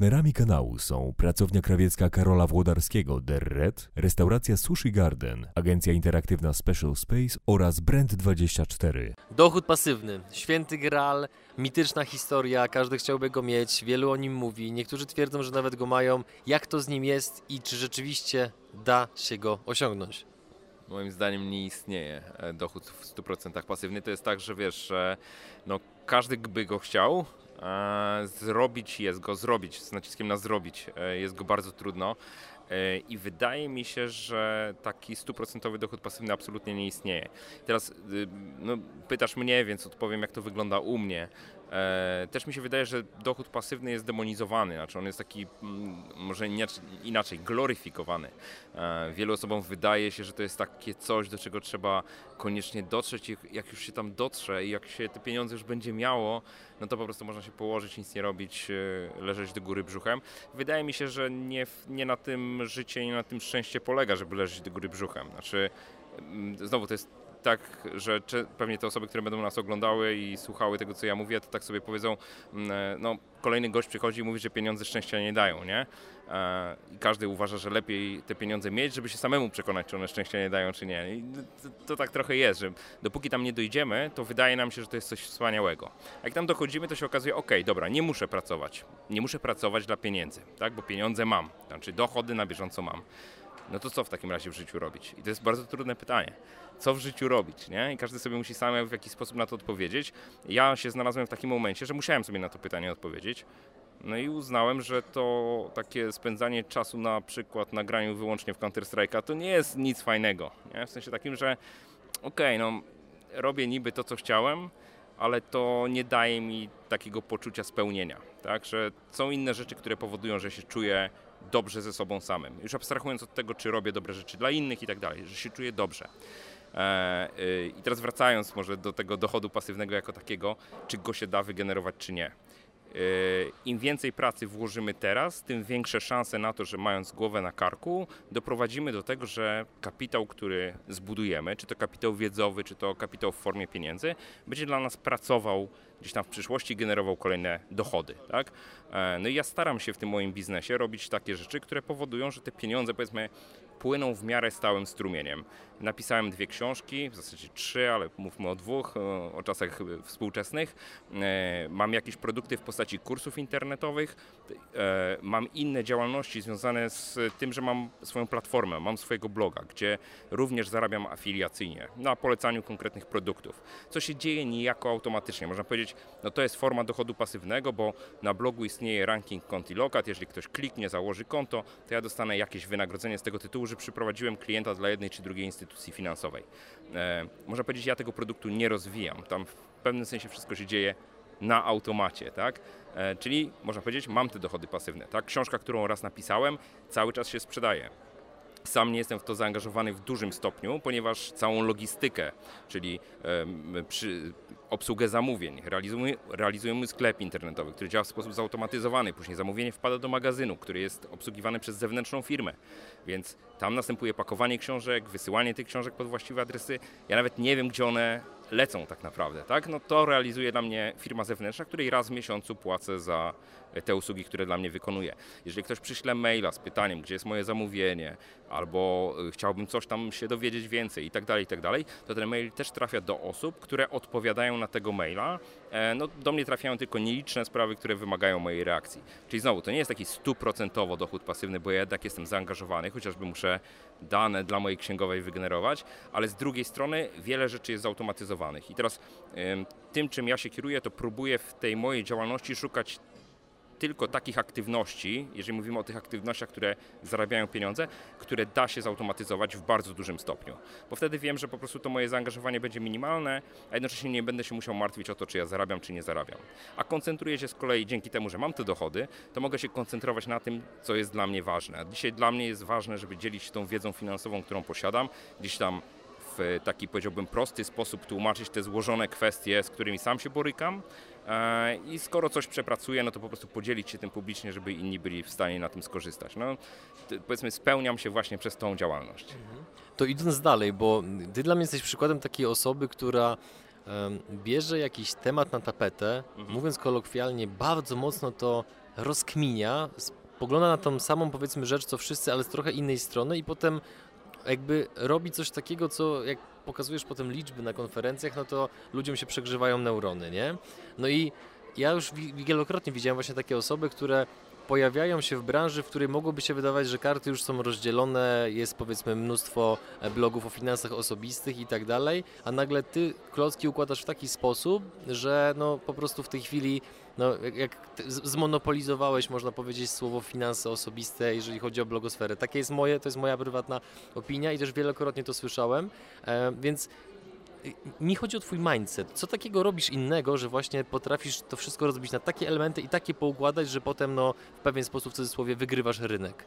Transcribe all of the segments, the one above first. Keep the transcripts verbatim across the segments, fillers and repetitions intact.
Partnerami kanału są pracownia krawiecka Karola Włodarskiego The Red, restauracja Sushi Garden, agencja interaktywna Special Space oraz Brand dwadzieścia cztery. Dochód pasywny, święty graal, mityczna historia, każdy chciałby go mieć, wielu o nim mówi, niektórzy twierdzą, że nawet go mają. Jak to z nim jest i czy rzeczywiście da się go osiągnąć? Moim zdaniem nie istnieje dochód w stu procentach pasywny. To jest tak, że wiesz, że no, każdy by go chciał, e, zrobić jest go, zrobić, z naciskiem na zrobić, e, jest go bardzo trudno. E, I wydaje mi się, że taki stuprocentowy dochód pasywny absolutnie nie istnieje. Teraz y, no, pytasz mnie, więc odpowiem, jak to wygląda u mnie. E, też mi się wydaje, że dochód pasywny jest demonizowany, znaczy on jest taki mm, może inaczej, inaczej gloryfikowany. E, wielu osobom wydaje się, że to jest takie coś, do czego trzeba koniecznie dotrzeć i jak już się tam dotrze i jak się te pieniądze już będzie miało, no to po prostu można się położyć, nic nie robić, e, leżeć do góry brzuchem. Wydaje mi się, że nie, nie na tym życie, nie na tym szczęście polega, żeby leżeć do góry brzuchem. Znaczy, znowu to jest tak, że pewnie te osoby, które będą nas oglądały i słuchały tego, co ja mówię, to tak sobie powiedzą, no kolejny gość przychodzi i mówi, że pieniądze szczęścia nie dają, nie? I każdy uważa, że lepiej te pieniądze mieć, żeby się samemu przekonać, czy one szczęścia nie dają, czy nie. I to, to tak trochę jest, że dopóki tam nie dojdziemy, to wydaje nam się, że to jest coś wspaniałego. A jak tam dochodzimy, to się okazuje, ok, dobra, nie muszę pracować. Nie muszę pracować dla pieniędzy, tak? Bo pieniądze mam, znaczy dochody na bieżąco mam. No to co w takim razie w życiu robić? I to jest bardzo trudne pytanie. Co w życiu robić, nie? I każdy sobie musi sam w jakiś sposób na to odpowiedzieć. Ja się znalazłem w takim momencie, że musiałem sobie na to pytanie odpowiedzieć. No i uznałem, że to takie spędzanie czasu na przykład na graniu wyłącznie w Counter-Strike'a to nie jest nic fajnego, nie? W sensie takim, że okej, okay, no robię niby to, co chciałem, ale to nie daje mi takiego poczucia spełnienia, tak? Że są inne rzeczy, które powodują, że się czuję dobrze ze sobą samym. Już abstrahując od tego, czy robię dobre rzeczy dla innych i tak dalej, że się czuję dobrze. I teraz wracając może do tego dochodu pasywnego jako takiego, czy go się da wygenerować, czy nie. Im więcej pracy włożymy teraz, tym większe szanse na to, że mając głowę na karku, doprowadzimy do tego, że kapitał, który zbudujemy, czy to kapitał wiedzowy, czy to kapitał w formie pieniędzy, będzie dla nas pracował gdzieś tam w przyszłości, generował kolejne dochody, tak? No i ja staram się w tym moim biznesie robić takie rzeczy, które powodują, że te pieniądze, powiedzmy, płyną w miarę stałym strumieniem. Napisałem dwie książki, w zasadzie trzy, ale mówmy o dwóch, o czasach współczesnych. Mam jakieś produkty w postaci kursów internetowych, mam inne działalności związane z tym, że mam swoją platformę, mam swojego bloga, gdzie również zarabiam afiliacyjnie na polecaniu konkretnych produktów. Co się dzieje niejako automatycznie. Można powiedzieć, no to jest forma dochodu pasywnego, bo na blogu istnieje ranking kont i lokat. Jeżeli ktoś kliknie, założy konto, to ja dostanę jakieś wynagrodzenie z tego tytułu, że przyprowadziłem klienta dla jednej czy drugiej instytucji finansowej. E, można powiedzieć, ja tego produktu nie rozwijam. Tam w pewnym sensie wszystko się dzieje na automacie, tak? E, czyli można powiedzieć, mam te dochody pasywne, tak? Książka, którą raz napisałem, cały czas się sprzedaje. Sam nie jestem w to zaangażowany w dużym stopniu, ponieważ całą logistykę, czyli e, przy obsługę zamówień, realizujemy, realizujemy sklep internetowy, który działa w sposób zautomatyzowany. Później zamówienie wpada do magazynu, który jest obsługiwany przez zewnętrzną firmę. Więc tam następuje pakowanie książek, wysyłanie tych książek pod właściwe adresy. Ja nawet nie wiem, gdzie one lecą tak naprawdę, tak? No to realizuje dla mnie firma zewnętrzna, której raz w miesiącu płacę za te usługi, które dla mnie wykonuje. Jeżeli ktoś przyśle maila z pytaniem, gdzie jest moje zamówienie, albo chciałbym coś tam się dowiedzieć więcej i tak dalej, i tak dalej, to ten mail też trafia do osób, które odpowiadają na tego maila. No, do mnie trafiają tylko nieliczne sprawy, które wymagają mojej reakcji. Czyli znowu, to nie jest taki stuprocentowo dochód pasywny, bo ja jednak jestem zaangażowany, chociażby muszę dane dla mojej księgowej wygenerować, ale z drugiej strony wiele rzeczy jest zautomatyzowanych. I teraz tym, czym ja się kieruję, to próbuję w tej mojej działalności szukać tylko takich aktywności, jeżeli mówimy o tych aktywnościach, które zarabiają pieniądze, które da się zautomatyzować w bardzo dużym stopniu. Bo wtedy wiem, że po prostu to moje zaangażowanie będzie minimalne, a jednocześnie nie będę się musiał martwić o to, czy ja zarabiam, czy nie zarabiam. A koncentruję się z kolei dzięki temu, że mam te dochody, to mogę się koncentrować na tym, co jest dla mnie ważne. A dzisiaj dla mnie jest ważne, żeby dzielić się tą wiedzą finansową, którą posiadam, gdzieś tam w taki, powiedziałbym, prosty sposób tłumaczyć te złożone kwestie, z którymi sam się borykam. I skoro coś przepracuję, no to po prostu podzielić się tym publicznie, żeby inni byli w stanie na tym skorzystać. No, powiedzmy, spełniam się właśnie przez tą działalność. To idąc dalej, bo ty dla mnie jesteś przykładem takiej osoby, która bierze jakiś temat na tapetę, mhm. mówiąc kolokwialnie, bardzo mocno to rozkminia, spogląda na tą samą, powiedzmy, rzecz co wszyscy, ale z trochę innej strony i potem jakby robi coś takiego, co jak pokazujesz potem liczby na konferencjach, no to ludziom się przegrzewają neurony, nie? No i ja już wielokrotnie widziałem właśnie takie osoby, które pojawiają się w branży, w której mogłoby się wydawać, że karty już są rozdzielone, jest powiedzmy mnóstwo blogów o finansach osobistych i tak dalej, a nagle ty klocki układasz w taki sposób, że no po prostu w tej chwili no, jak, jak zmonopolizowałeś, można powiedzieć, słowo finanse osobiste, jeżeli chodzi o blogosferę. Takie jest moje, to jest moja prywatna opinia i też wielokrotnie to słyszałem, e, więc mi chodzi o twój mindset. Co takiego robisz innego, że właśnie potrafisz to wszystko rozbić na takie elementy i takie poukładać, że potem no, w pewien sposób w cudzysłowie wygrywasz rynek?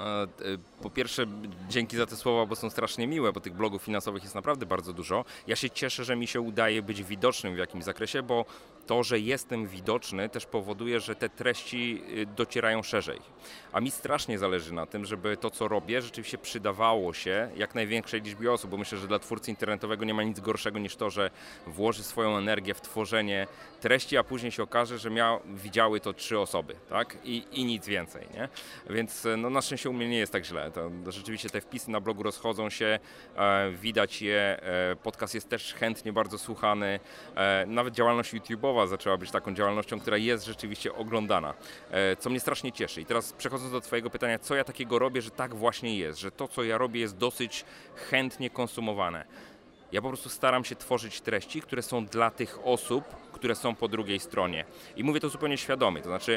Po pierwsze, dzięki za te słowa, bo są strasznie miłe, bo tych blogów finansowych jest naprawdę bardzo dużo. Ja się cieszę, że mi się udaje być widocznym w jakimś zakresie, bo to, że jestem widoczny, też powoduje, że te treści docierają szerzej. A mi strasznie zależy na tym, żeby to, co robię, rzeczywiście przydawało się jak największej liczbie osób, bo myślę, że dla twórcy internetowego nie ma nic gorszego niż to, że włoży swoją energię w tworzenie treści, a później się okaże, że miał, widziały to trzy osoby, tak? I, i nic więcej, nie? Więc no, na szczęście u mnie nie jest tak źle. To, to rzeczywiście te wpisy na blogu rozchodzą się, e, widać je, e, podcast jest też chętnie bardzo słuchany, e, nawet działalność YouTube'owa zaczęła być taką działalnością, która jest rzeczywiście oglądana, e, co mnie strasznie cieszy. I teraz przechodząc do twojego pytania, co ja takiego robię, że tak właśnie jest, że to, co ja robię, jest dosyć chętnie konsumowane. Ja po prostu staram się tworzyć treści, które są dla tych osób, które są po drugiej stronie. I mówię to zupełnie świadomie, to znaczy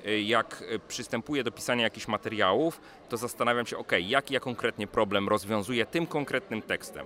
jak przystępuję do pisania jakichś materiałów, to zastanawiam się, ok, jaki ja konkretnie problem rozwiązuję tym konkretnym tekstem.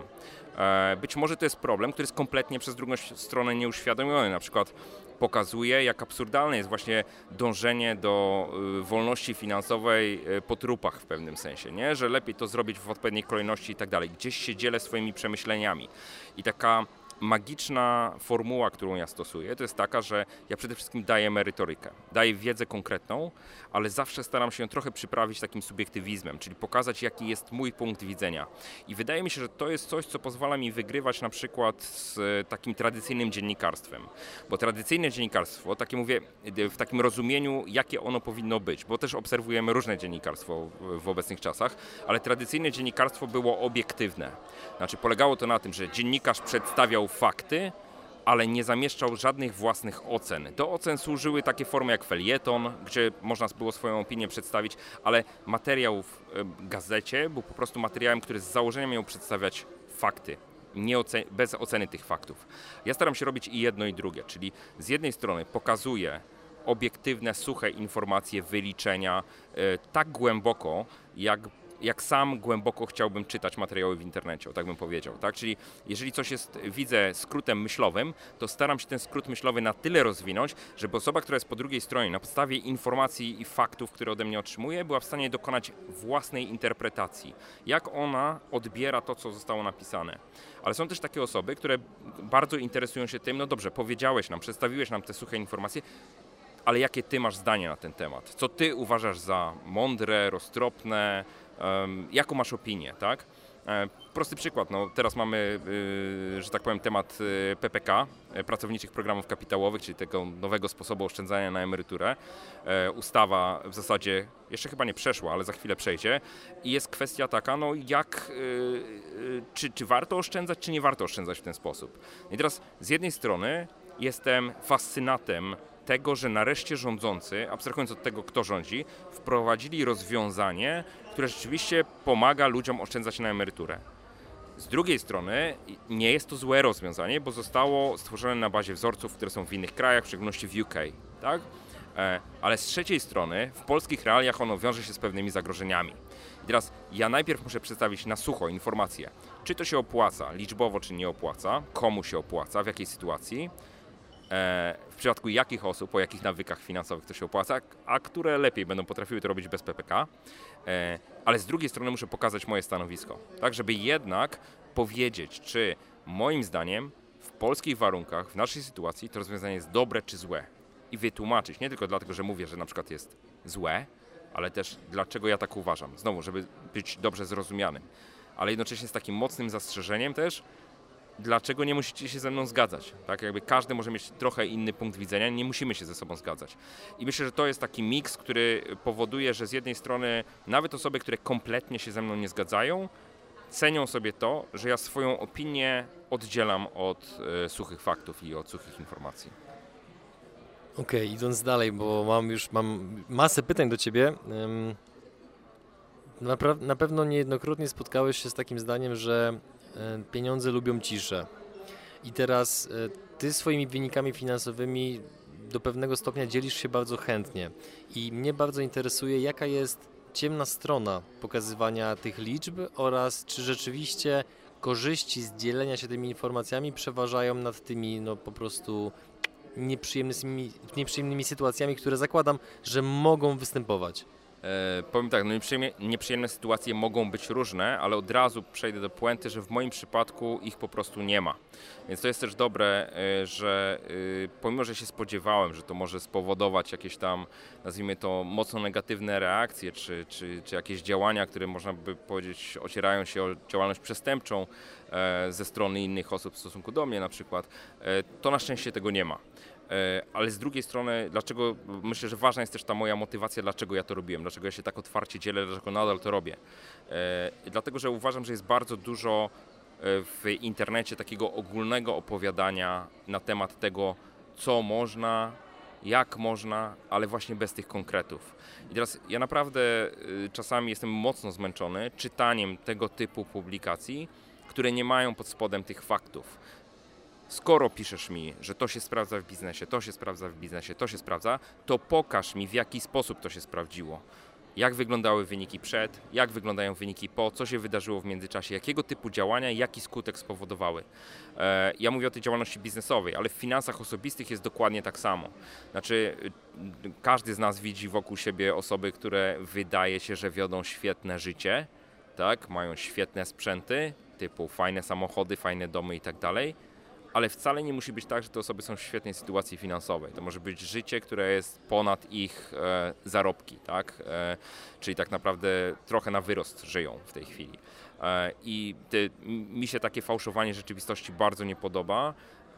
Być może to jest problem, który jest kompletnie przez drugą stronę nieuświadomiony, na przykład pokazuje, jak absurdalne jest właśnie dążenie do wolności finansowej po trupach w pewnym sensie, nie? Że lepiej to zrobić w odpowiedniej kolejności i tak dalej. Gdzieś się dzielę swoimi przemyśleniami i taka magiczna formuła, którą ja stosuję, to jest taka, że ja przede wszystkim daję merytorykę, daję wiedzę konkretną, ale zawsze staram się ją trochę przyprawić takim subiektywizmem, czyli pokazać, jaki jest mój punkt widzenia. I wydaje mi się, że to jest coś, co pozwala mi wygrywać na przykład z takim tradycyjnym dziennikarstwem. Bo tradycyjne dziennikarstwo, takie mówię w takim rozumieniu, jakie ono powinno być, bo też obserwujemy różne dziennikarstwo w obecnych czasach, ale tradycyjne dziennikarstwo było obiektywne. Znaczy polegało to na tym, że dziennikarz przedstawiał fakty, ale nie zamieszczał żadnych własnych ocen. Do ocen służyły takie formy jak felieton, gdzie można było swoją opinię przedstawić, ale materiał w gazecie był po prostu materiałem, który z założenia miał przedstawiać fakty, nie ocen- bez oceny tych faktów. Ja staram się robić i jedno, i drugie, czyli z jednej strony pokazuję obiektywne, suche informacje, wyliczenia, yy, tak głęboko, jak jak sam głęboko chciałbym czytać materiały w internecie, o tak bym powiedział, tak? Czyli jeżeli coś jest, widzę skrótem myślowym, to staram się ten skrót myślowy na tyle rozwinąć, żeby osoba, która jest po drugiej stronie, na podstawie informacji i faktów, które ode mnie otrzymuje, była w stanie dokonać własnej interpretacji. Jak ona odbiera to, co zostało napisane. Ale są też takie osoby, które bardzo interesują się tym, no dobrze, powiedziałeś nam, przedstawiłeś nam te suche informacje, ale jakie ty masz zdanie na ten temat? Co ty uważasz za mądre, roztropne? Um, jaką masz opinię, tak? E, prosty przykład, no teraz mamy, y, że tak powiem, temat y, P P K, y, pracowniczych programów kapitałowych, czyli tego nowego sposobu oszczędzania na emeryturę. E, ustawa w zasadzie jeszcze chyba nie przeszła, ale za chwilę przejdzie i jest kwestia taka, no jak, y, y, czy, czy warto oszczędzać, czy nie warto oszczędzać w ten sposób. I teraz z jednej strony jestem fascynatem tego, że nareszcie rządzący, abstrahując od tego, kto rządzi, wprowadzili rozwiązanie, które rzeczywiście pomaga ludziom oszczędzać na emeryturę. Z drugiej strony nie jest to złe rozwiązanie, bo zostało stworzone na bazie wzorców, które są w innych krajach, w szczególności w U K, tak? Ale z trzeciej strony w polskich realiach ono wiąże się z pewnymi zagrożeniami. I teraz ja najpierw muszę przedstawić na sucho informację, czy to się opłaca, liczbowo czy nie opłaca, komu się opłaca, w jakiej sytuacji, w przypadku jakich osób, o jakich nawykach finansowych to się opłaca, a które lepiej będą potrafiły to robić bez P P K, ale z drugiej strony muszę pokazać moje stanowisko, tak, żeby jednak powiedzieć, czy moim zdaniem w polskich warunkach, w naszej sytuacji to rozwiązanie jest dobre czy złe i wytłumaczyć, nie tylko dlatego, że mówię, że na przykład jest złe, ale też dlaczego ja tak uważam, znowu, żeby być dobrze zrozumianym, ale jednocześnie z takim mocnym zastrzeżeniem też, dlaczego nie musicie się ze mną zgadzać, tak? Jakby każdy może mieć trochę inny punkt widzenia, nie musimy się ze sobą zgadzać. I myślę, że to jest taki miks, który powoduje, że z jednej strony nawet osoby, które kompletnie się ze mną nie zgadzają, cenią sobie to, że ja swoją opinię oddzielam od e, suchych faktów i od suchych informacji. Okej, okay, idąc dalej, bo mam już mam masę pytań do Ciebie. Um, na, na pewno niejednokrotnie spotkałeś się z takim zdaniem, że e, pieniądze lubią ciszę. I teraz e, Ty swoimi wynikami finansowymi do pewnego stopnia dzielisz się bardzo chętnie. I mnie bardzo interesuje, jaka jest ciemna strona pokazywania tych liczb oraz czy rzeczywiście korzyści z dzielenia się tymi informacjami przeważają nad tymi no po prostu nieprzyjemnymi, nieprzyjemnymi sytuacjami, które zakładam, że mogą występować. E, powiem tak, no nieprzyjemne, nieprzyjemne sytuacje mogą być różne, ale od razu przejdę do puenty, że w moim przypadku ich po prostu nie ma. Więc to jest też dobre, e, że e, pomimo, że się spodziewałem, że to może spowodować jakieś tam, nazwijmy to, mocno negatywne reakcje, czy, czy, czy jakieś działania, które można by powiedzieć ocierają się o działalność przestępczą e, ze strony innych osób w stosunku do mnie na przykład, e, to na szczęście tego nie ma. Ale z drugiej strony, dlaczego myślę, że ważna jest też ta moja motywacja, dlaczego ja to robiłem, dlaczego ja się tak otwarcie dzielę, dlaczego nadal to robię. E, dlatego, że uważam, że jest bardzo dużo w internecie takiego ogólnego opowiadania na temat tego, co można, jak można, ale właśnie bez tych konkretów. I teraz ja naprawdę y, czasami jestem mocno zmęczony czytaniem tego typu publikacji, które nie mają pod spodem tych faktów. Skoro piszesz mi, że to się sprawdza w biznesie, to się sprawdza w biznesie, to się sprawdza, to pokaż mi, w jaki sposób to się sprawdziło. Jak wyglądały wyniki przed, jak wyglądają wyniki po, co się wydarzyło w międzyczasie, jakiego typu działania, jaki skutek spowodowały. E, ja mówię o tej działalności biznesowej, ale w finansach osobistych jest dokładnie tak samo. Znaczy, każdy z nas widzi wokół siebie osoby, które wydaje się, że wiodą świetne życie, tak, mają świetne sprzęty, typu fajne samochody, fajne domy i tak dalej. Ale wcale nie musi być tak, że te osoby są w świetnej sytuacji finansowej. To może być życie, które jest ponad ich e, zarobki, tak? E, czyli tak naprawdę trochę na wyrost żyją w tej chwili. E, I te, mi się takie fałszowanie rzeczywistości bardzo nie podoba.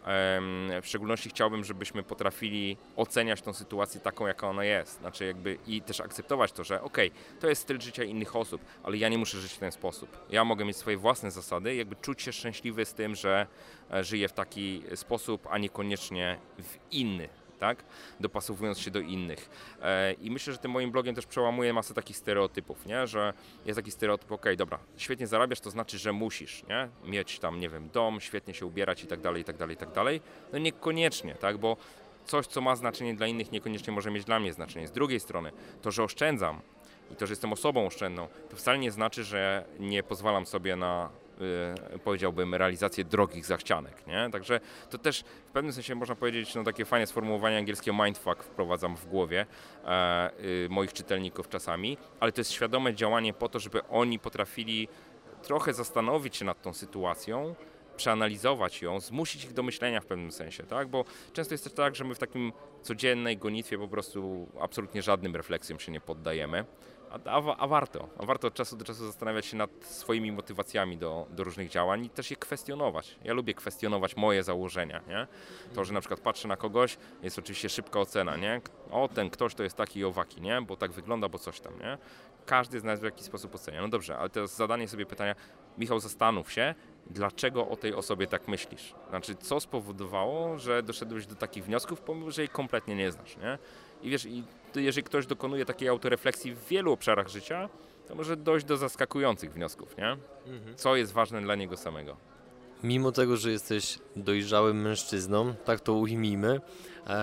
W szczególności chciałbym, żebyśmy potrafili oceniać tą sytuację taką, jaka ona jest. Znaczy jakby i też akceptować to, że okej, okay, to jest styl życia innych osób, ale ja nie muszę żyć w ten sposób. Ja mogę mieć swoje własne zasady, jakby czuć się szczęśliwy z tym, że żyję w taki sposób, a niekoniecznie w inny. Tak? Dopasowując się do innych. E, I myślę, że tym moim blogiem też przełamuję masę takich stereotypów, nie? Że jest taki stereotyp, okej, okay, dobra, świetnie zarabiasz, to znaczy, że musisz, nie? Mieć tam, nie wiem, dom, świetnie się ubierać i tak dalej, i tak dalej, i tak dalej. No niekoniecznie, tak? Bo coś, co ma znaczenie dla innych, niekoniecznie może mieć dla mnie znaczenie. Z drugiej strony, to, że oszczędzam i to, że jestem osobą oszczędną, to wcale nie znaczy, że nie pozwalam sobie na Yy, powiedziałbym, realizację drogich zachcianek, nie? Także to też w pewnym sensie można powiedzieć, no takie fajne sformułowanie angielskie mindfuck wprowadzam w głowie e, yy, moich czytelników czasami, ale to jest świadome działanie po to, żeby oni potrafili trochę zastanowić się nad tą sytuacją, przeanalizować ją, zmusić ich do myślenia w pewnym sensie, tak? Bo często jest też tak, że my w takim codziennej gonitwie po prostu absolutnie żadnym refleksjom się nie poddajemy. A, a, a warto, a warto od czasu do czasu zastanawiać się nad swoimi motywacjami do, do różnych działań i też je kwestionować. Ja lubię kwestionować moje założenia, nie? To, że na przykład patrzę na kogoś, jest oczywiście szybka ocena, nie? O, ten ktoś to jest taki i owaki, nie? Bo tak wygląda, bo coś tam, nie? Każdy z nas w jakiś sposób ocenia. No dobrze, ale teraz zadanie sobie pytania, Michał, zastanów się, dlaczego o tej osobie tak myślisz? Znaczy, co spowodowało, że doszedłeś do takich wniosków, pomimo że jej kompletnie nie znasz, nie? I wiesz, i jeżeli ktoś dokonuje takiej autorefleksji w wielu obszarach życia, to może dojść do zaskakujących wniosków, nie? Mhm. Co jest ważne dla niego samego. Mimo tego, że jesteś dojrzałym mężczyzną, tak to ujmijmy, e,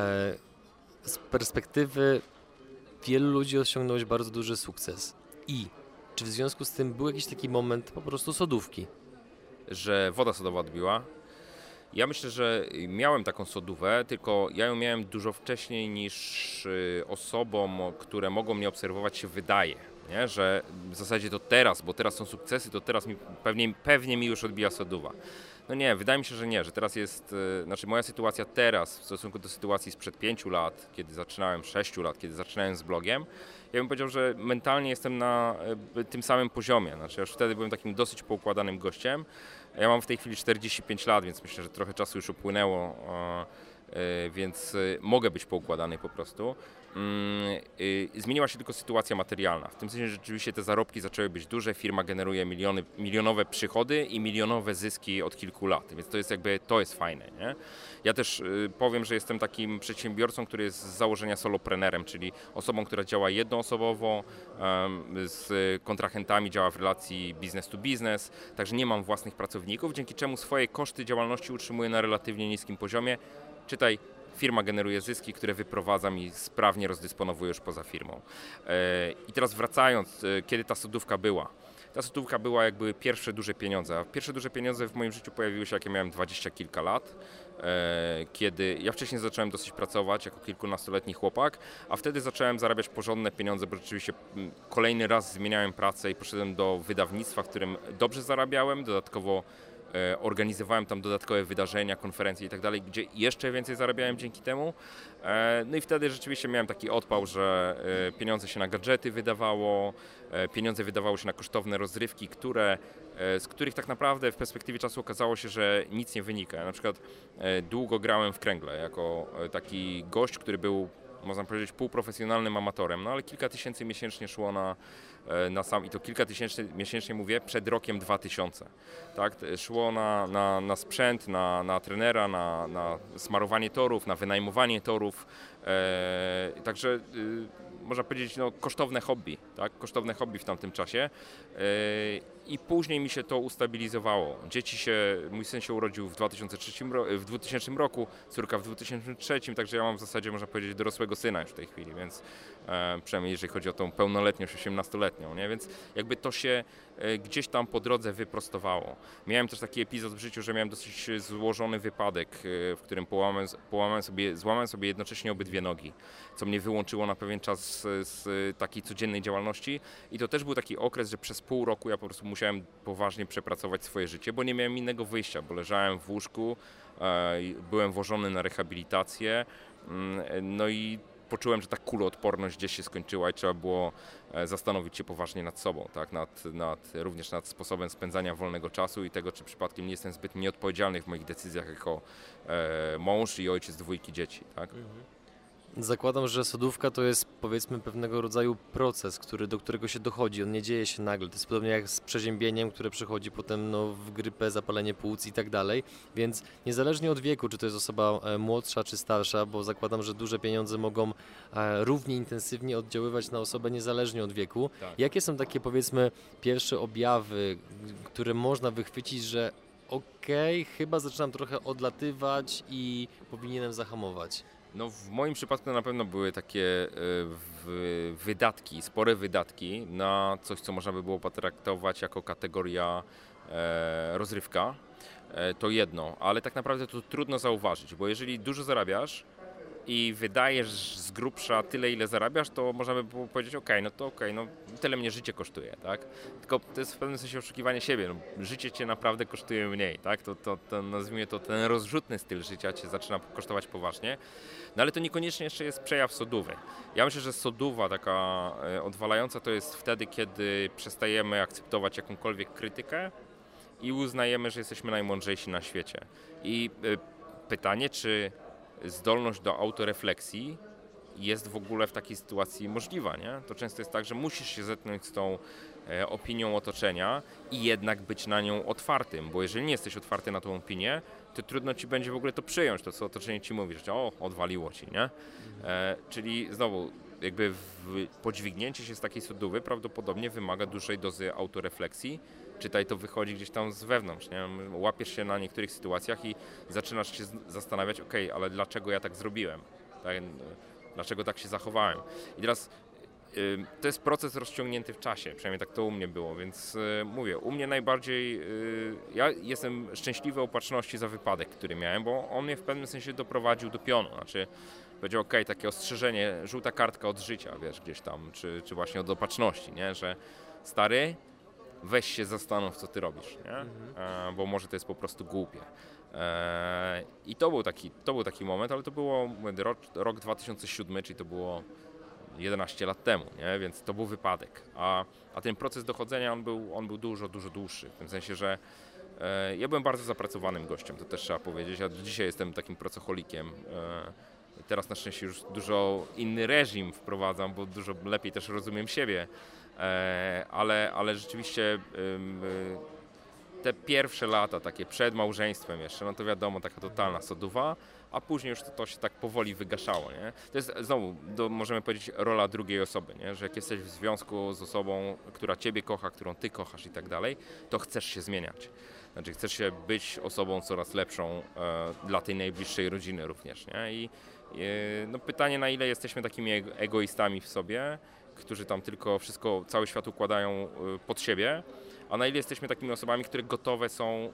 z perspektywy wielu ludzi osiągnąłeś bardzo duży sukces. I czy w związku z tym był jakiś taki moment po prostu sodówki? Że woda sodowa odbiła? Ja myślę, że miałem taką sodówę, tylko ja ją miałem dużo wcześniej niż osobom, które mogą mnie obserwować, się wydaje, nie? Że w zasadzie to teraz, bo teraz są sukcesy, to teraz mi, pewnie, pewnie mi już odbija sodowa. No nie, wydaje mi się, że nie, że teraz jest, yy, znaczy moja sytuacja teraz w stosunku do sytuacji sprzed pięciu lat, kiedy zaczynałem, sześciu lat, kiedy zaczynałem z blogiem, ja bym powiedział, że mentalnie jestem na yy, tym samym poziomie, znaczy ja już wtedy byłem takim dosyć poukładanym gościem. Ja mam w tej chwili czterdzieści pięć lat, więc myślę, że trochę czasu już upłynęło, yy, yy, więc yy, mogę być poukładany po prostu. Yy, zmieniła się tylko sytuacja materialna. W tym sensie, że rzeczywiście te zarobki zaczęły być duże, firma generuje miliony, milionowe przychody i milionowe zyski od kilku lat, więc to jest jakby, to jest fajne, nie? Ja też yy, powiem, że jestem takim przedsiębiorcą, który jest z założenia soloprenerem, czyli osobą, która działa jednoosobowo, yy, z kontrahentami działa w relacji business to business, także nie mam własnych pracowników, dzięki czemu swoje koszty działalności utrzymuję na relatywnie niskim poziomie. Czytaj, firma generuje zyski, które wyprowadzam i sprawnie rozdysponowuję już poza firmą. I teraz wracając, kiedy ta sodówka była. Ta sodówka była jakby pierwsze duże pieniądze. Pierwsze duże pieniądze w moim życiu pojawiły się, jak ja miałem dwadzieścia kilka lat. Kiedy ja wcześniej zacząłem dosyć pracować jako kilkunastoletni chłopak, a wtedy zacząłem zarabiać porządne pieniądze, bo rzeczywiście kolejny raz zmieniałem pracę i poszedłem do wydawnictwa, w którym dobrze zarabiałem, dodatkowo organizowałem tam dodatkowe wydarzenia, konferencje i tak dalej, gdzie jeszcze więcej zarabiałem dzięki temu. No i wtedy rzeczywiście miałem taki odpał, że pieniądze się na gadżety wydawało, pieniądze wydawało się na kosztowne rozrywki, które, z których tak naprawdę w perspektywie czasu okazało się, że nic nie wynika. Ja na przykład długo grałem w kręgle jako taki gość, który był, można powiedzieć, półprofesjonalnym amatorem, no ale kilka tysięcy miesięcznie szło na, na sam, i to kilka tysięcy miesięcznie mówię, przed rokiem dwa tysiące. Tak? Szło na, na, na sprzęt, na, na trenera, na, na smarowanie torów, na wynajmowanie torów, e, także y, można powiedzieć, no, kosztowne hobby, tak? Kosztowne hobby w tamtym czasie. E, I później mi się to ustabilizowało. Dzieci się, mój syn się urodził w, dwa tysiące trzecim, w dwutysięcznym roku, córka w dwa tysiące trzecim, także ja mam w zasadzie, można powiedzieć, dorosłego syna już w tej chwili, więc e, przynajmniej jeżeli chodzi o tą pełnoletnią, osiemnastoletnią, nie? Więc jakby to się e, gdzieś tam po drodze wyprostowało. Miałem też taki epizod w życiu, że miałem dosyć złożony wypadek, e, w którym połamałem, połamałem sobie, złamałem sobie jednocześnie obydwie nogi, co mnie wyłączyło na pewien czas z, z takiej codziennej działalności i to też był taki okres, że przez pół roku ja po prostu musiałem poważnie przepracować swoje życie, bo nie miałem innego wyjścia, bo leżałem w łóżku, e, byłem wożony na rehabilitację, no i poczułem, że ta kuloodporność gdzieś się skończyła i trzeba było zastanowić się poważnie nad sobą, tak? nad, nad, również nad sposobem spędzania wolnego czasu i tego, czy przypadkiem nie jestem zbyt nieodpowiedzialny w moich decyzjach jako e, mąż i ojciec dwójki dzieci. Tak? Mhm. Zakładam, że sodówka to jest, powiedzmy, pewnego rodzaju proces, który, do którego się dochodzi. On nie dzieje się nagle. To jest podobnie jak z przeziębieniem, które przechodzi potem no, w grypę, zapalenie płuc i tak dalej. Więc niezależnie od wieku, czy to jest osoba młodsza czy starsza, bo zakładam, że duże pieniądze mogą równie intensywnie oddziaływać na osobę niezależnie od wieku. Tak. Jakie są takie, powiedzmy, pierwsze objawy, które można wychwycić, że okej, okay, chyba zaczynam trochę odlatywać i powinienem zahamować? No w moim przypadku to na pewno były takie y, wydatki, spore wydatki na coś, co można by było potraktować jako kategoria e, rozrywka. E, to jedno, ale tak naprawdę to trudno zauważyć, bo jeżeli dużo zarabiasz i wydajesz z grubsza tyle, ile zarabiasz, to można by było powiedzieć, ok, no to okej, okay, no tyle mnie życie kosztuje, tak? Tylko to jest w pewnym sensie oszukiwanie siebie, no, życie cię naprawdę kosztuje mniej, tak? To, to, to nazwijmy to, ten rozrzutny styl życia cię zaczyna kosztować poważnie, no ale to niekoniecznie jeszcze jest przejaw sodówy. Ja myślę, że soduwa taka odwalająca to jest wtedy, kiedy przestajemy akceptować jakąkolwiek krytykę i uznajemy, że jesteśmy najmądrzejsi na świecie. I y, pytanie, czy zdolność do autorefleksji jest w ogóle w takiej sytuacji możliwa, nie? To często jest tak, że musisz się zetknąć z tą e, opinią otoczenia i jednak być na nią otwartym, bo jeżeli nie jesteś otwarty na tą opinię, to trudno ci będzie w ogóle to przyjąć, to co otoczenie ci mówi, że o, odwaliło ci, nie? E, czyli znowu, jakby w, podźwignięcie się z takiej sodówy prawdopodobnie wymaga dużej dozy autorefleksji. Czytaj, to wychodzi gdzieś tam z wewnątrz, nie? Łapiesz się na niektórych sytuacjach i zaczynasz się zastanawiać, ok, ale dlaczego ja tak zrobiłem? Tak? Dlaczego tak się zachowałem? I teraz y, to jest proces rozciągnięty w czasie, przynajmniej tak to u mnie było, więc y, mówię, u mnie najbardziej, y, ja jestem szczęśliwy opatrzności za wypadek, który miałem, bo on mnie w pewnym sensie doprowadził do pionu, znaczy powiedział, ok, takie ostrzeżenie, żółta kartka od życia, wiesz, gdzieś tam, czy, czy właśnie od opatrzności, nie? Że stary, weź się zastanów, co ty robisz, nie? E, bo może to jest po prostu głupie. E, I to był, taki, to był taki moment, ale to było mówię, rok, rok dwa tysiące siódmy, czyli to było jedenaście lat temu, nie? Więc to był wypadek. A, a ten proces dochodzenia, on był, on był dużo, dużo dłuższy. W tym sensie, że e, ja byłem bardzo zapracowanym gościem, to też trzeba powiedzieć. Ja do dzisiaj jestem takim pracocholikiem. E, teraz na szczęście już dużo inny reżim wprowadzam, bo dużo lepiej też rozumiem siebie. E, ale, ale rzeczywiście e, te pierwsze lata, takie przed małżeństwem jeszcze, no to wiadomo, taka totalna soduwa, a później już to, to się tak powoli wygaszało, nie? To jest znowu, do, możemy powiedzieć, rola drugiej osoby, nie? Że jak jesteś w związku z osobą, która ciebie kocha, którą ty kochasz i tak dalej, to chcesz się zmieniać. Znaczy chcesz się być osobą coraz lepszą e, dla tej najbliższej rodziny również, nie? I e, no pytanie, na ile jesteśmy takimi egoistami w sobie, którzy tam tylko wszystko, cały świat układają e, pod siebie, a na ile jesteśmy takimi osobami, które gotowe są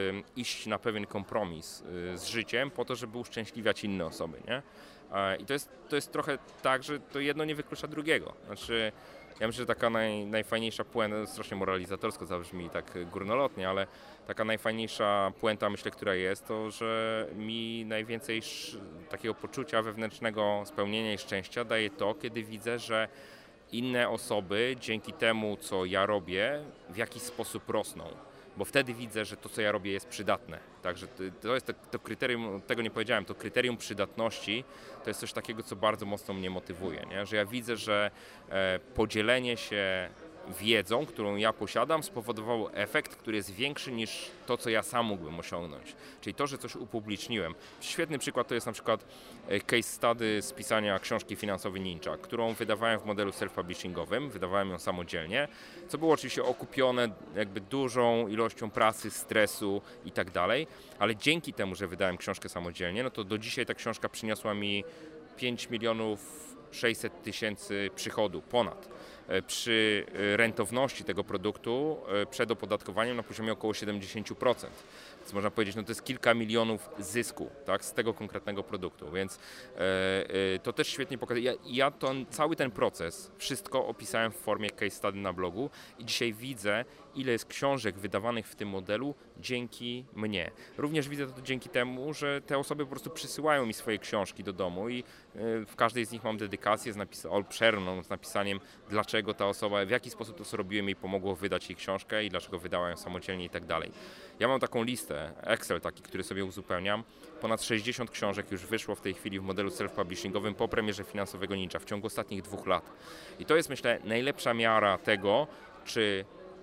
iść na pewien kompromis z życiem po to, żeby uszczęśliwiać inne osoby, nie? I to jest, to jest trochę tak, że to jedno nie wyklucza drugiego. Znaczy, ja myślę, że taka naj, najfajniejsza puenta, strasznie moralizatorsko zabrzmi tak górnolotnie, ale taka najfajniejsza puenta, myślę, która jest, to, że mi najwięcej takiego poczucia wewnętrznego spełnienia i szczęścia daje to, kiedy widzę, że inne osoby dzięki temu, co ja robię, w jakiś sposób rosną. Bo wtedy widzę, że to, co ja robię, jest przydatne. Także to jest to, to kryterium, tego nie powiedziałem, to kryterium przydatności to jest coś takiego, co bardzo mocno mnie motywuje, nie? Że ja widzę, że e, podzielenie się wiedzą, którą ja posiadam, spowodowało efekt, który jest większy niż to, co ja sam mógłbym osiągnąć. Czyli to, że coś upubliczniłem. Świetny przykład to jest na przykład case study z pisania książki Finansowy Ninja, którą wydawałem w modelu self-publishingowym, wydawałem ją samodzielnie, co było oczywiście okupione jakby dużą ilością pracy, stresu i tak dalej, ale dzięki temu, że wydałem książkę samodzielnie, no to do dzisiaj ta książka przyniosła mi pięć milionów sześćset tysięcy przychodu ponad. Przy rentowności tego produktu przed opodatkowaniem na poziomie około siedemdziesiąt procent. Więc można powiedzieć, no to jest kilka milionów zysku, tak, z tego konkretnego produktu, więc e, e, to też świetnie pokazuje. Ja, ja to, cały ten proces, wszystko opisałem w formie case study na blogu i dzisiaj widzę, ile jest książek wydawanych w tym modelu dzięki mnie. Również widzę to dzięki temu, że te osoby po prostu przysyłają mi swoje książki do domu i w każdej z nich mam dedykację z napis- obszerną z napisaniem, dlaczego ta osoba, w jaki sposób to, co robiłem, jej pomogło wydać jej książkę i dlaczego wydała ją samodzielnie i tak dalej. Ja mam taką listę, Excel taki, który sobie uzupełniam. Ponad sześćdziesiąt książek już wyszło w tej chwili w modelu self-publishingowym po premierze Finansowego Ninja w ciągu ostatnich dwóch lat. I to jest, myślę, najlepsza miara tego, czy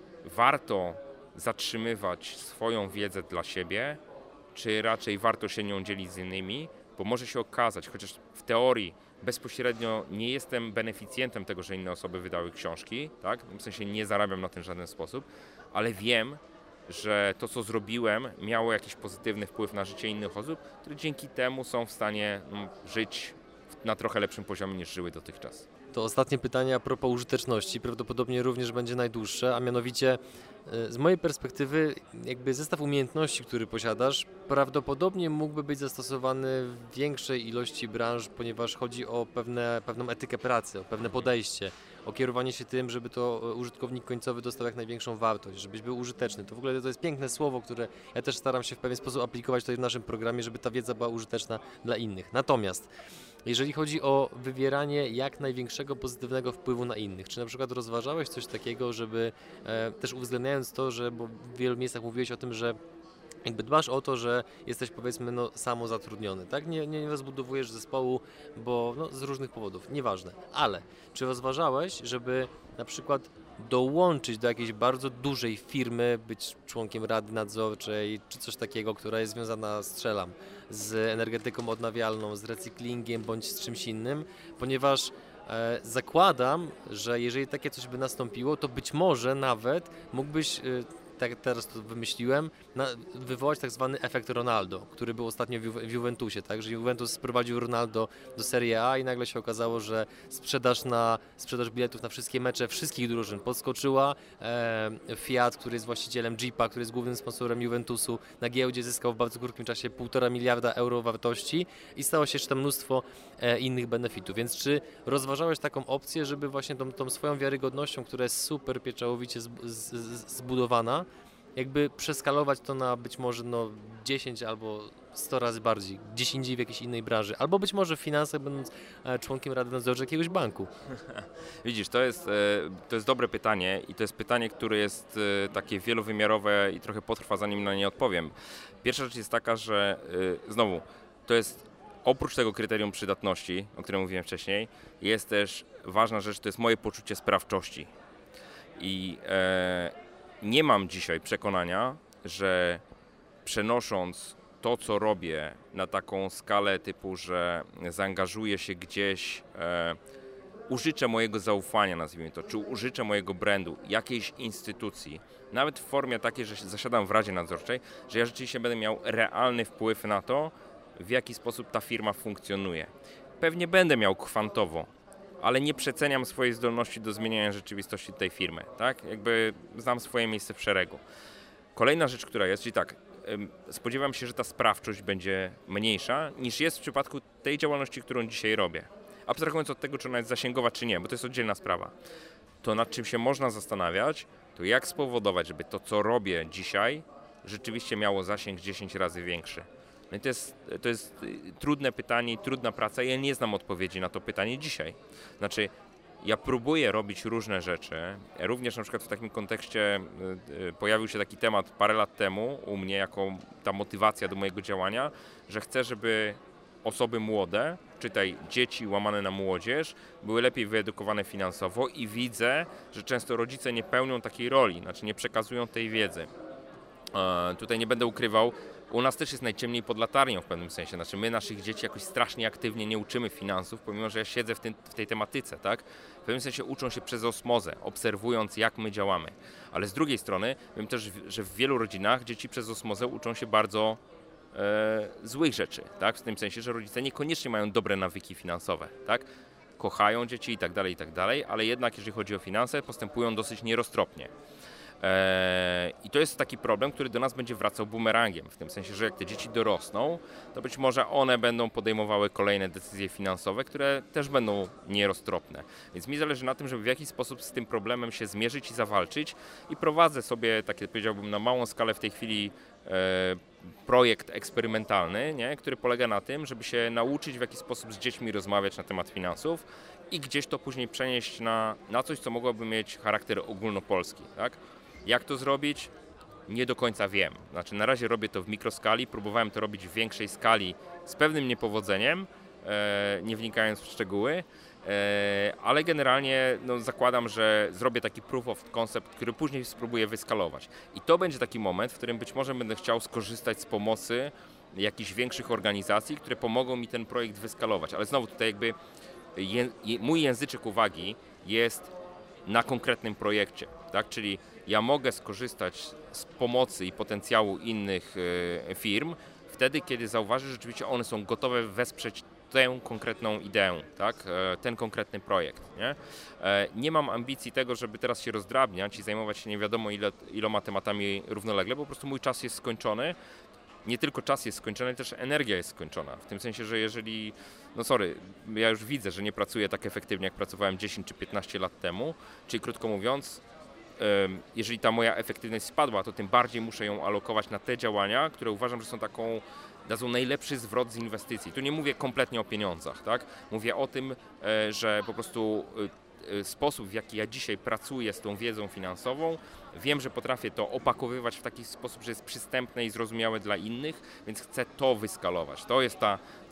warto zatrzymywać swoją wiedzę dla siebie, czy raczej warto się nią dzielić z innymi, bo może się okazać, chociaż w teorii bezpośrednio nie jestem beneficjentem tego, że inne osoby wydały książki, tak? W sensie nie zarabiam na tym w żaden sposób, ale wiem, że to, co zrobiłem, miało jakiś pozytywny wpływ na życie innych osób, które dzięki temu są w stanie no, żyć na trochę lepszym poziomie niż żyły dotychczas. To ostatnie pytanie a propos użyteczności, prawdopodobnie również będzie najdłuższe, a mianowicie z mojej perspektywy jakby zestaw umiejętności, który posiadasz, prawdopodobnie mógłby być zastosowany w większej ilości branż, ponieważ chodzi o pewne, pewną etykę pracy, o pewne podejście, o kierowanie się tym, żeby to użytkownik końcowy dostał jak największą wartość, żebyś był użyteczny. To w ogóle to jest piękne słowo, które ja też staram się w pewien sposób aplikować tutaj w naszym programie, żeby ta wiedza była użyteczna dla innych. Natomiast jeżeli chodzi o wywieranie jak największego pozytywnego wpływu na innych, czy na przykład rozważałeś coś takiego, żeby e, też uwzględniając to, że bo w wielu miejscach mówiłeś o tym, że jakby dbasz o to, że jesteś powiedzmy no, samozatrudniony, tak? Nie, nie rozbudowujesz zespołu, bo no, z różnych powodów, nieważne. Ale czy rozważałeś, żeby na przykład dołączyć do jakiejś bardzo dużej firmy, być członkiem rady nadzorczej, czy coś takiego, która jest związana, strzelam, z energetyką odnawialną, z recyklingiem bądź z czymś innym, ponieważ e, zakładam, że jeżeli takie coś by nastąpiło, to być może nawet mógłbyś e, tak teraz to wymyśliłem, na, wywołać tak zwany efekt Ronaldo, który był ostatnio w, Ju, w Juventusie, tak, że Juventus sprowadził Ronaldo do Serie A i nagle się okazało, że sprzedaż na sprzedaż biletów na wszystkie mecze wszystkich drużyn podskoczyła. E, Fiat, który jest właścicielem Jeepa, który jest głównym sponsorem Juventusu, na giełdzie zyskał w bardzo krótkim czasie półtora miliarda euro wartości i stało się jeszcze tam mnóstwo e, innych benefitów. Więc czy rozważałeś taką opcję, żeby właśnie tą, tą swoją wiarygodnością, która jest super pieczołowicie z, z, z, zbudowana, jakby przeskalować to na być może no dziesięć albo sto razy bardziej, gdzieś indziej w jakiejś innej branży, albo być może w finansach, będąc członkiem Rady Nadzorczej jakiegoś banku? Widzisz, to jest, to jest dobre pytanie i to jest pytanie, które jest takie wielowymiarowe i trochę potrwa, zanim na nie odpowiem. Pierwsza rzecz jest taka, że znowu, to jest oprócz tego kryterium przydatności, o którym mówiłem wcześniej, jest też ważna rzecz, to jest moje poczucie sprawczości. I e, nie mam dzisiaj przekonania, że przenosząc to, co robię na taką skalę typu, że zaangażuję się gdzieś, e, użyczę mojego zaufania, nazwijmy to, czy użyczę mojego brandu, jakiejś instytucji, nawet w formie takiej, że zasiadam w Radzie Nadzorczej, że ja rzeczywiście będę miał realny wpływ na to, w jaki sposób ta firma funkcjonuje. Pewnie będę miał kwantowo, ale nie przeceniam swojej zdolności do zmieniania rzeczywistości tej firmy, tak? Jakby znam swoje miejsce w szeregu. Kolejna rzecz, która jest, czyli tak, spodziewam się, że ta sprawczość będzie mniejsza niż jest w przypadku tej działalności, którą dzisiaj robię. Abstrahując od tego, czy ona jest zasięgowa, czy nie, bo to jest oddzielna sprawa. To, nad czym się można zastanawiać, to jak spowodować, żeby to, co robię dzisiaj, rzeczywiście miało zasięg dziesięć razy większy. No i to jest, to jest trudne pytanie i trudna praca. Ja nie znam odpowiedzi na to pytanie dzisiaj. Znaczy, ja próbuję robić różne rzeczy. Również na przykład w takim kontekście pojawił się taki temat parę lat temu u mnie, jako ta motywacja do mojego działania, że chcę, żeby osoby młode, czytaj dzieci łamane na młodzież, były lepiej wyedukowane finansowo i widzę, że często rodzice nie pełnią takiej roli, znaczy nie przekazują tej wiedzy. E, tutaj nie będę ukrywał, u nas też jest najciemniej pod latarnią w pewnym sensie, znaczy my naszych dzieci jakoś strasznie aktywnie nie uczymy finansów, pomimo że ja siedzę w, tym, w tej tematyce, tak? W pewnym sensie uczą się przez osmozę, obserwując jak my działamy, ale z drugiej strony wiem też, że w wielu rodzinach dzieci przez osmozę uczą się bardzo e, złych rzeczy, tak? W tym sensie, że rodzice niekoniecznie mają dobre nawyki finansowe, tak? Kochają dzieci i tak dalej, i tak dalej, ale jednak jeżeli chodzi o finanse, postępują dosyć nieroztropnie. I to jest taki problem, który do nas będzie wracał bumerangiem, w tym sensie, że jak te dzieci dorosną, to być może one będą podejmowały kolejne decyzje finansowe, które też będą nieroztropne. Więc mi zależy na tym, żeby w jakiś sposób z tym problemem się zmierzyć i zawalczyć i prowadzę sobie, takie powiedziałbym, na małą skalę w tej chwili e, projekt eksperymentalny, nie? Który polega na tym, żeby się nauczyć w jakiś sposób z dziećmi rozmawiać na temat finansów i gdzieś to później przenieść na, na coś, co mogłoby mieć charakter ogólnopolski, tak? Jak to zrobić? Nie do końca wiem. Znaczy na razie robię to w mikroskali, próbowałem to robić w większej skali z pewnym niepowodzeniem, e, nie wnikając w szczegóły, e, ale generalnie no, zakładam, że zrobię taki proof of concept, który później spróbuję wyskalować. I to będzie taki moment, w którym być może będę chciał skorzystać z pomocy jakichś większych organizacji, które pomogą mi ten projekt wyskalować. Ale znowu tutaj jakby je, je, mój języczek uwagi jest na konkretnym projekcie, tak? Czyli ja mogę skorzystać z pomocy i potencjału innych y, firm wtedy, kiedy zauważę, że rzeczywiście one są gotowe wesprzeć tę konkretną ideę, tak? E, ten konkretny projekt. Nie? E, nie mam ambicji tego, żeby teraz się rozdrabniać i zajmować się nie wiadomo ile, iloma tematami równolegle, bo po prostu mój czas jest skończony. Nie tylko czas jest skończony, ale też energia jest skończona. W tym sensie, że jeżeli, no sorry, ja już widzę, że nie pracuję tak efektywnie, jak pracowałem dziesięć czy piętnaście lat temu, czyli krótko mówiąc, jeżeli ta moja efektywność spadła, to tym bardziej muszę ją alokować na te działania, które uważam, że są taką, dadzą najlepszy zwrot z inwestycji. Tu nie mówię kompletnie o pieniądzach, tak? Mówię o tym, że po prostu sposób, w jaki ja dzisiaj pracuję z tą wiedzą finansową, wiem, że potrafię to opakowywać w taki sposób, że jest przystępne i zrozumiałe dla innych, więc chcę to wyskalować. To jest ta,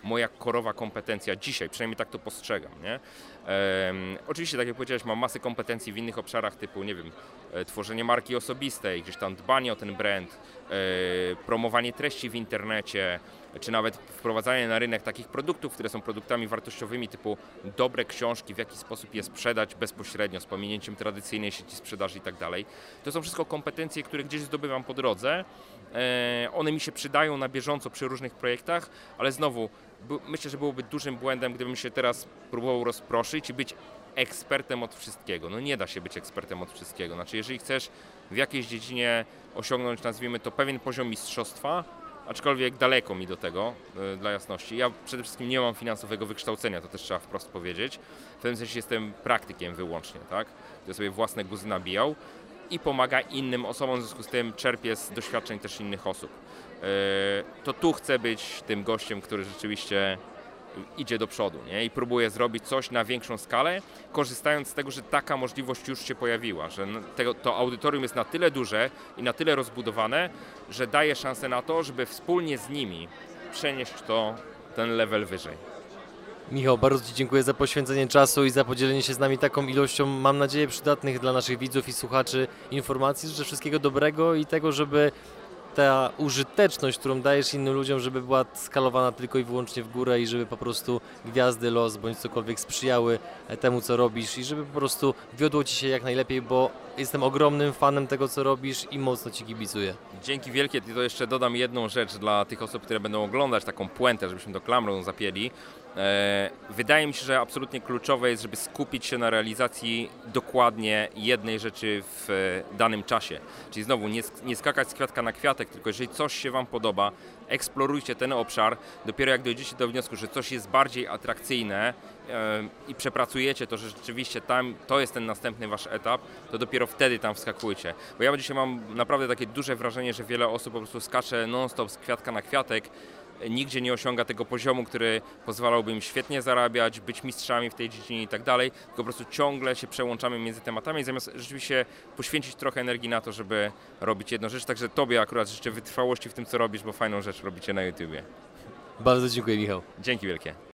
moja korowa kompetencja dzisiaj, przynajmniej tak to postrzegam, nie? Ehm, oczywiście, tak jak powiedziałeś, mam masę kompetencji w innych obszarach typu, nie wiem, e, tworzenie marki osobistej, gdzieś tam dbanie o ten brand, e, promowanie treści w internecie, czy nawet wprowadzanie na rynek takich produktów, które są produktami wartościowymi typu dobre książki, w jaki sposób je sprzedać bezpośrednio, z pominięciem tradycyjnej sieci sprzedaży i tak dalej. To są wszystko kompetencje, które gdzieś zdobywam po drodze. E, one mi się przydają na bieżąco przy różnych projektach, ale znowu myślę, że byłoby dużym błędem, gdybym się teraz próbował rozproszyć i być ekspertem od wszystkiego. No nie da się być ekspertem od wszystkiego. Znaczy, jeżeli chcesz w jakiejś dziedzinie osiągnąć, nazwijmy to, pewien poziom mistrzostwa, aczkolwiek daleko mi do tego, yy, dla jasności. Ja przede wszystkim nie mam finansowego wykształcenia, to też trzeba wprost powiedzieć. W tym sensie jestem praktykiem wyłącznie, tak? Ja sobie własne guzy nabijał i pomaga innym osobom, w związku z tym czerpię z doświadczeń też innych osób. Yy, to tu chcę być tym gościem, który rzeczywiście idzie do przodu, nie? I próbuje zrobić coś na większą skalę, korzystając z tego, że taka możliwość już się pojawiła, że tego, to audytorium jest na tyle duże i na tyle rozbudowane, że daje szansę na to, żeby wspólnie z nimi przenieść to ten level wyżej. Michał, bardzo Ci dziękuję za poświęcenie czasu i za podzielenie się z nami taką ilością, mam nadzieję, przydatnych dla naszych widzów i słuchaczy informacji. Życzę wszystkiego dobrego i tego, żeby ta użyteczność, którą dajesz innym ludziom, żeby była skalowana tylko i wyłącznie w górę i żeby po prostu gwiazdy, los bądź cokolwiek sprzyjały temu, co robisz i żeby po prostu wiodło Ci się jak najlepiej, bo jestem ogromnym fanem tego, co robisz i mocno Ci kibicuję. Dzięki wielkie. I to jeszcze dodam jedną rzecz dla tych osób, które będą oglądać, taką puentę, żebyśmy to klamrą zapięli. Wydaje mi się, że absolutnie kluczowe jest, żeby skupić się na realizacji dokładnie jednej rzeczy w danym czasie. Czyli znowu nie, nie skakać z kwiatka na kwiatek, tylko jeżeli coś się Wam podoba, eksplorujcie ten obszar. Dopiero jak dojdziecie do wniosku, że coś jest bardziej atrakcyjne i przepracujecie to, że rzeczywiście tam to jest ten następny Wasz etap, to dopiero wtedy tam wskakujcie. Bo ja dzisiaj mam naprawdę takie duże wrażenie, że wiele osób po prostu skacze non-stop z kwiatka na kwiatek, nigdzie nie osiąga tego poziomu, który pozwalałby im świetnie zarabiać, być mistrzami w tej dziedzinie i tak dalej, tylko po prostu ciągle się przełączamy między tematami, zamiast rzeczywiście poświęcić trochę energii na to, żeby robić jedną rzecz. Także Tobie akurat życzę wytrwałości w tym, co robisz, bo fajną rzecz robicie na YouTubie. Bardzo dziękuję, Michał. Dzięki wielkie.